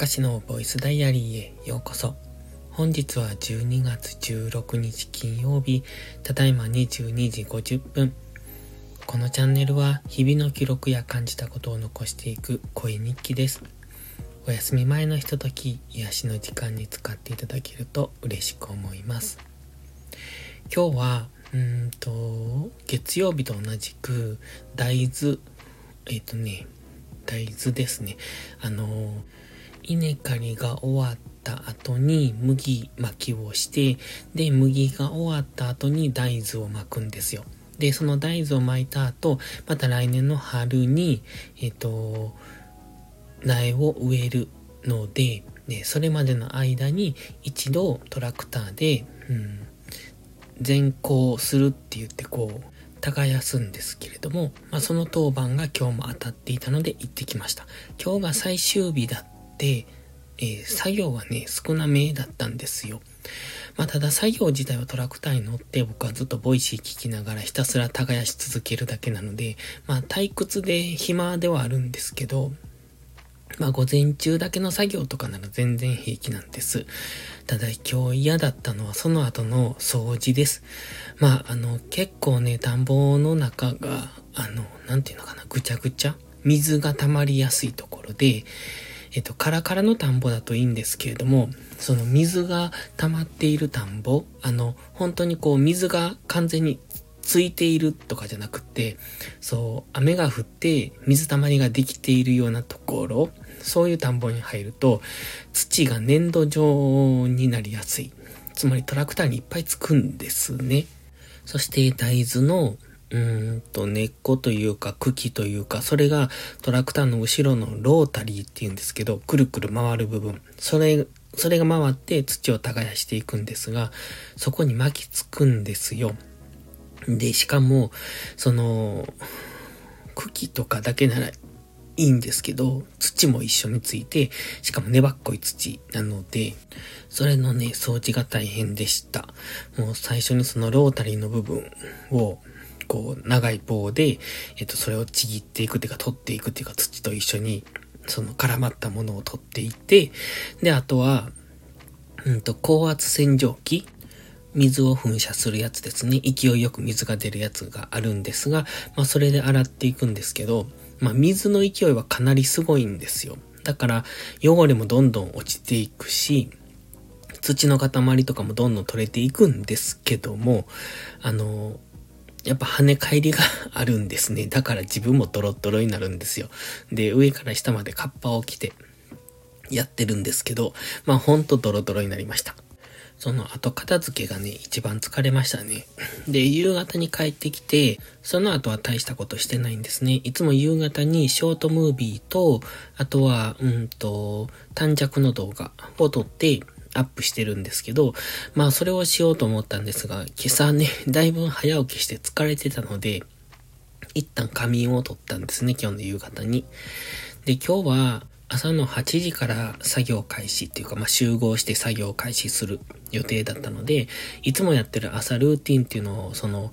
しのボイスダイアリーへようこそ。本日は12月16日金曜日、ただいま22時50分。このチャンネルは日々の記録や感じたことを残していく声日記です。お休み前のひととき、癒しの時間に使っていただけると嬉しく思います。今日は月曜日と同じく大豆ですね。稲刈りが終わった後に麦巻きをして、で麦が終わった後に大豆を巻くんですよ。でその大豆を巻いた後、また来年の春に苗を植えるので、それまでの間に一度トラクターで全耕するって言って耕すんですけれども、その当番が今日も当たっていたので行ってきました。今日が最終日だって、作業はね少なめだったんですよ。ただ作業自体はトラクターに乗って僕はずっとボイシー聞きながらひたすら耕し続けるだけなので、退屈で暇ではあるんですけど、午前中だけの作業とかなら全然平気なんです。ただ今日嫌だったのはその後の掃除です。結構ね、田んぼの中が、ぐちゃぐちゃ、水が溜まりやすいところで、カラカラの田んぼだといいんですけれども、その水が溜まっている田んぼ、本当に水が完全についているとかじゃなくて、雨が降って水たまりができているようなところ、そういう田んぼに入ると土が粘土状になりやすい。つまりトラクターにいっぱいつくんですね。そして大豆の根っこというか茎というか、それがトラクターの後ろのロータリーっていうんですけど、くるくる回る部分、それが回って土を耕していくんですが、そこに巻きつくんですよ。でしかもその茎とかだけならいいんですけど、土も一緒について、しかも粘っこい土なので、それのね掃除が大変でした。もう最初にそのロータリーの部分を長い棒でそれをちぎっていくっていうか取っていくっていうか、土と一緒にその絡まったものを取っていって、であとは高圧洗浄機、水を噴射するやつですね。勢いよく水が出るやつがあるんですが、それで洗っていくんですけど、水の勢いはかなりすごいんですよ。だから汚れもどんどん落ちていくし、土の塊とかもどんどん取れていくんですけども、やっぱ跳ね返りがあるんですね。だから自分もドロッドロになるんですよ。で、上から下までカッパを着てやってるんですけど、ほんとドロドロになりました。その後片付けがね、一番疲れましたね。で、夕方に帰ってきて、その後は大したことしてないんですね。いつも夕方にショートムービーと、あとは、短尺の動画を撮ってアップしてるんですけど、それをしようと思ったんですが、今朝ね、だいぶ早起きして疲れてたので、一旦仮眠を取ったんですね、今日の夕方に。で、今日は、朝の8時から作業開始っていうか、集合して作業開始する予定だったので、いつもやってる朝ルーティンっていうのを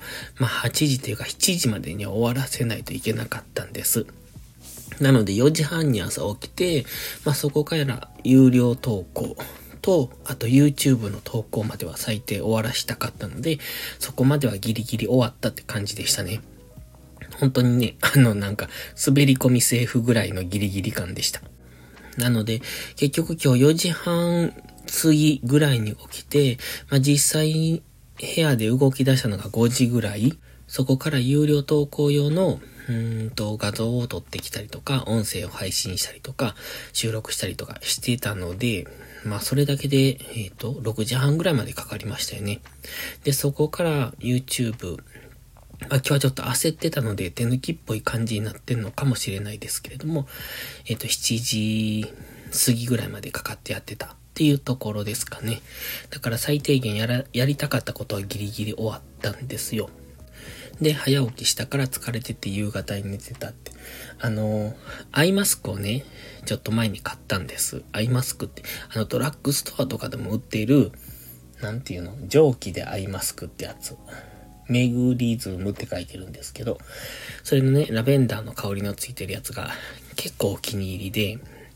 8時というか7時までには終わらせないといけなかったんです。なので4時半に朝起きて、そこから有料投稿と、あと YouTube の投稿までは最低終わらしたかったので、そこまではギリギリ終わったって感じでしたね。本当にね、滑り込みセーフぐらいのギリギリ感でした。なので、結局今日4時半過ぎぐらいに起きて、実際部屋で動き出したのが5時ぐらい、そこから有料投稿用の画像を撮ってきたりとか、音声を配信したりとか、収録したりとかしていたので、それだけで、6時半ぐらいまでかかりましたよね。で、そこから YouTube、今日はちょっと焦ってたので手抜きっぽい感じになってんのかもしれないですけれども、7時過ぎぐらいまでかかってやってたっていうところですかね。だから最低限やりたかったことはギリギリ終わったんですよ。で、早起きしたから疲れてて夕方に寝てたって。アイマスクをね、ちょっと前に買ったんです。アイマスクって、ドラッグストアとかでも売っている、蒸気でアイマスクってやつ。メグリズムって書いてるんですけど、それのね、ラベンダーの香りのついてるやつが結構お気に入りで、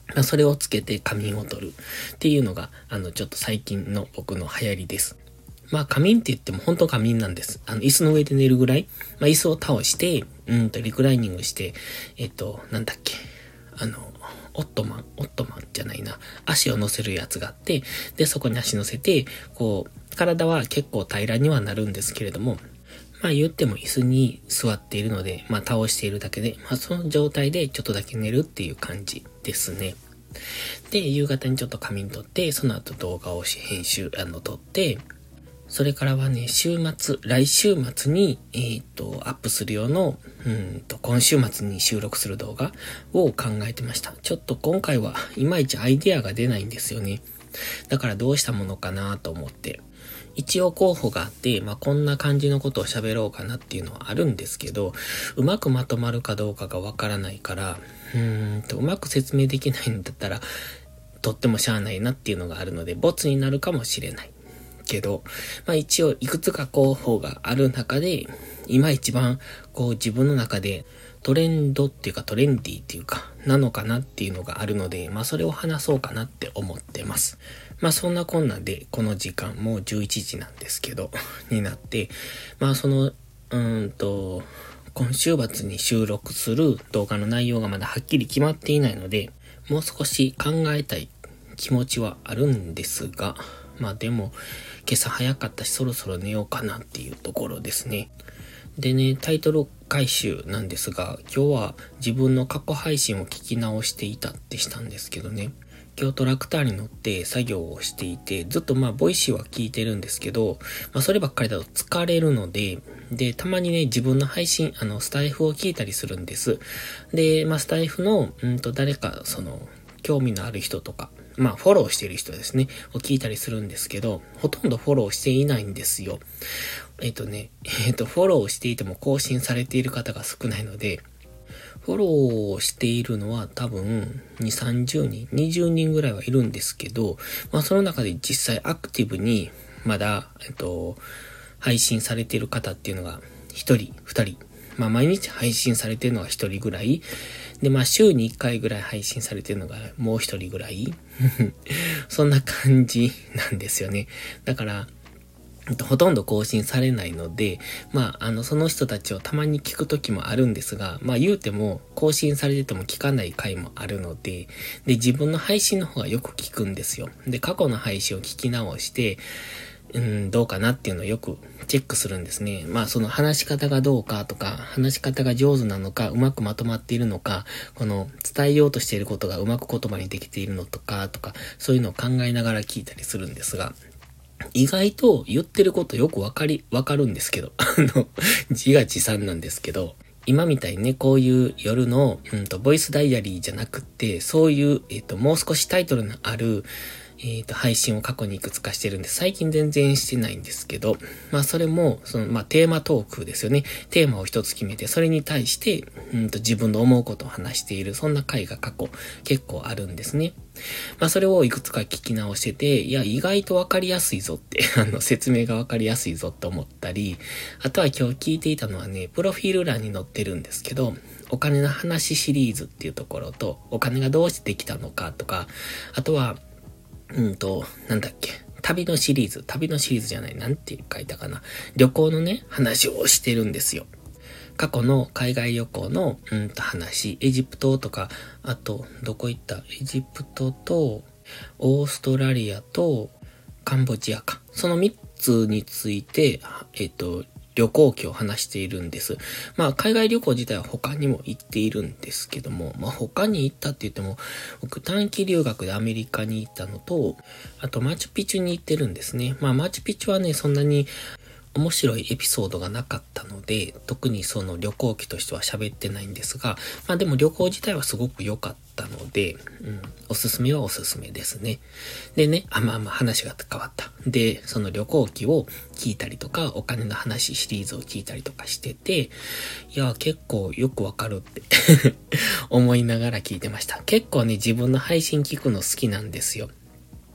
それをつけて仮眠を取るっていうのが、ちょっと最近の僕の流行りです。仮眠って言っても本当仮眠なんです。椅子の上で寝るぐらい。椅子を倒して、リクライニングして、なんだっけ。オットマンじゃないな。足を乗せるやつがあって、で、そこに足乗せて、体は結構平らにはなるんですけれども、言っても椅子に座っているので、倒しているだけで、その状態でちょっとだけ寝るっていう感じですね。で、夕方にちょっと仮眠取って、その後動画を編集、撮って、それからはね、来週末に、アップする用の、今週末に収録する動画を考えてました。ちょっと今回はいまいちアイデアが出ないんですよね。だからどうしたものかなと思って。一応候補があって、こんな感じのことを喋ろうかなっていうのはあるんですけど、うまくまとまるかどうかがわからないから、うまく説明できないんだったら、とってもしゃあないなっていうのがあるので、ボツになるかもしれない。けど、一応いくつか候補がある中で、今一番自分の中でトレンドっていうかトレンディーっていうかなのかなっていうのがあるので、それを話そうかなって思ってます。そんなこんなでこの時間もう11時なんですけど、になって、今週末に収録する動画の内容がまだはっきり決まっていないので、もう少し考えたい気持ちはあるんですが、でも、今朝早かったしそろそろ寝ようかなっていうところですね。でね、タイトル回収なんですが、今日は自分の過去配信を聞き直していたってしたんですけどね。今日トラクターに乗って作業をしていて、ずっとボイシーは聞いてるんですけど、そればっかりだと疲れるので、たまにね、自分の配信、スタイフを聞いたりするんです。で、スタイフの、誰か、興味のある人とか、フォローしている人ですね、を聞いたりするんですけど、ほとんどフォローしていないんですよ。フォローしていても更新されている方が少ないので、フォローしているのは多分2、30人、20人ぐらいはいるんですけど、その中で実際アクティブにまだ、配信されている方っていうのが1人、2人、毎日配信されているのが1人ぐらい、で、週に1回ぐらい配信されてるのがもう1人ぐらいそんな感じなんですよね。だから、ほとんど更新されないので、その人たちをたまに聞くときもあるんですが、言うても更新されてても聞かない回もあるので、自分の配信の方がよく聞くんですよ。で、過去の配信を聞き直して、どうかなっていうのをよくチェックするんですね。その話し方がどうかとか、話し方が上手なのか、うまくまとまっているのか、伝えようとしていることがうまく言葉にできているのとか、そういうのを考えながら聞いたりするんですが、意外と言ってることよくわかるんですけど、自画自賛なんですけど、今みたいにね、こういう夜の、ボイスダイアリーじゃなくって、そういう、もう少しタイトルのある、配信を過去にいくつかしてるんで、最近全然してないんですけど、それも、テーマトークですよね。テーマを一つ決めて、それに対して、自分の思うことを話している、そんな回が過去結構あるんですね。それをいくつか聞き直してて、いや、意外とわかりやすいぞって、説明がわかりやすいぞって思ったり、あとは今日聞いていたのはね、プロフィール欄に載ってるんですけど、お金の話シリーズっていうところと、お金がどうしてできたのかとか、あとは、なんだっけ。旅のシリーズじゃない、なんて書いたかな。旅行のね、話をしてるんですよ。過去の海外旅行の、話、エジプトとか、あと、どこ行った？エジプトと、オーストラリアと、カンボジアか。その3つについて、旅行記を話しているんです。海外旅行自体は他にも行っているんですけども、他に行ったって言っても、僕短期留学でアメリカに行ったのと、あとマチュピチュに行ってるんですね。マチュピチュはね、そんなに面白いエピソードがなかったので、特にその旅行記としては喋ってないんですが、でも旅行自体はすごく良かったので、おすすめはおすすめですね。でね、話が変わった。で、その旅行記を聞いたりとか、お金の話シリーズを聞いたりとかしてて、いや、結構よくわかるって思いながら聞いてました。結構ね、自分の配信聞くの好きなんですよ。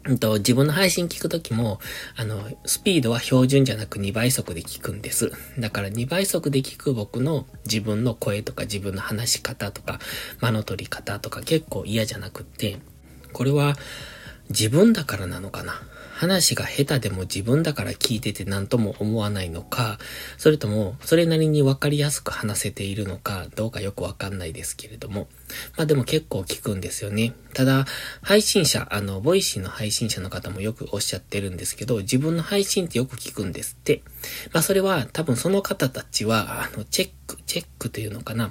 自分の配信聞くときも、スピードは標準じゃなく2倍速で聞くんです。だから2倍速で聞く僕の自分の声とか自分の話し方とか、間の取り方とか結構嫌じゃなくって、これは自分だからなのかな。話が下手でも自分だから聞いてて何とも思わないのか、それともそれなりにわかりやすく話せているのか、どうかよくわかんないですけれども。まあでも結構聞くんですよね。ただ、配信者、ボイシーの配信者の方もよくおっしゃってるんですけど、自分の配信ってよく聞くんですって。まあそれは多分その方たちは、チェックというのかな。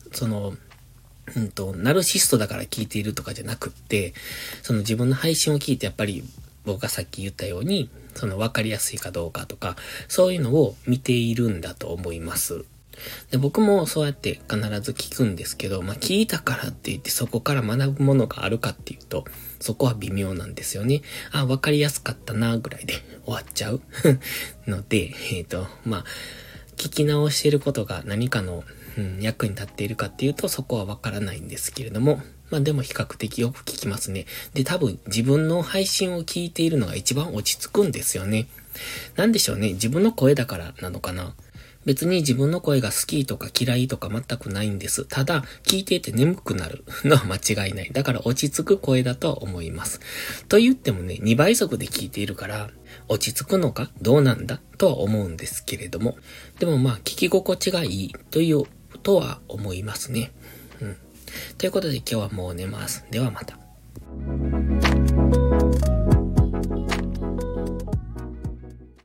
ナルシストだから聞いているとかじゃなくって、その自分の配信を聞いてやっぱり僕がさっき言ったように、分かりやすいかどうかとか、そういうのを見ているんだと思います。で、僕もそうやって必ず聞くんですけど、まあ聞いたからって言ってそこから学ぶものがあるかっていうと、そこは微妙なんですよね。わかりやすかったなぐらいで終わっちゃうので、まあ、聞き直していることが何かの、役に立っているかっていうとそこはわからないんですけれども、まあでも比較的よく聞きますね。で、多分自分の配信を聞いているのが一番落ち着くんですよね。なんでしょうね。自分の声だからなのかな。別に自分の声が好きとか嫌いとか全くないんです。ただ、聞いていて眠くなるのは間違いない。だから落ち着く声だとは思います。と言ってもね、2倍速で聞いているから、落ち着くのかどうなんだとは思うんですけれども。でもまあ、聞き心地がいいとは思いますね。ということで今日はもう寝ます。ではまた。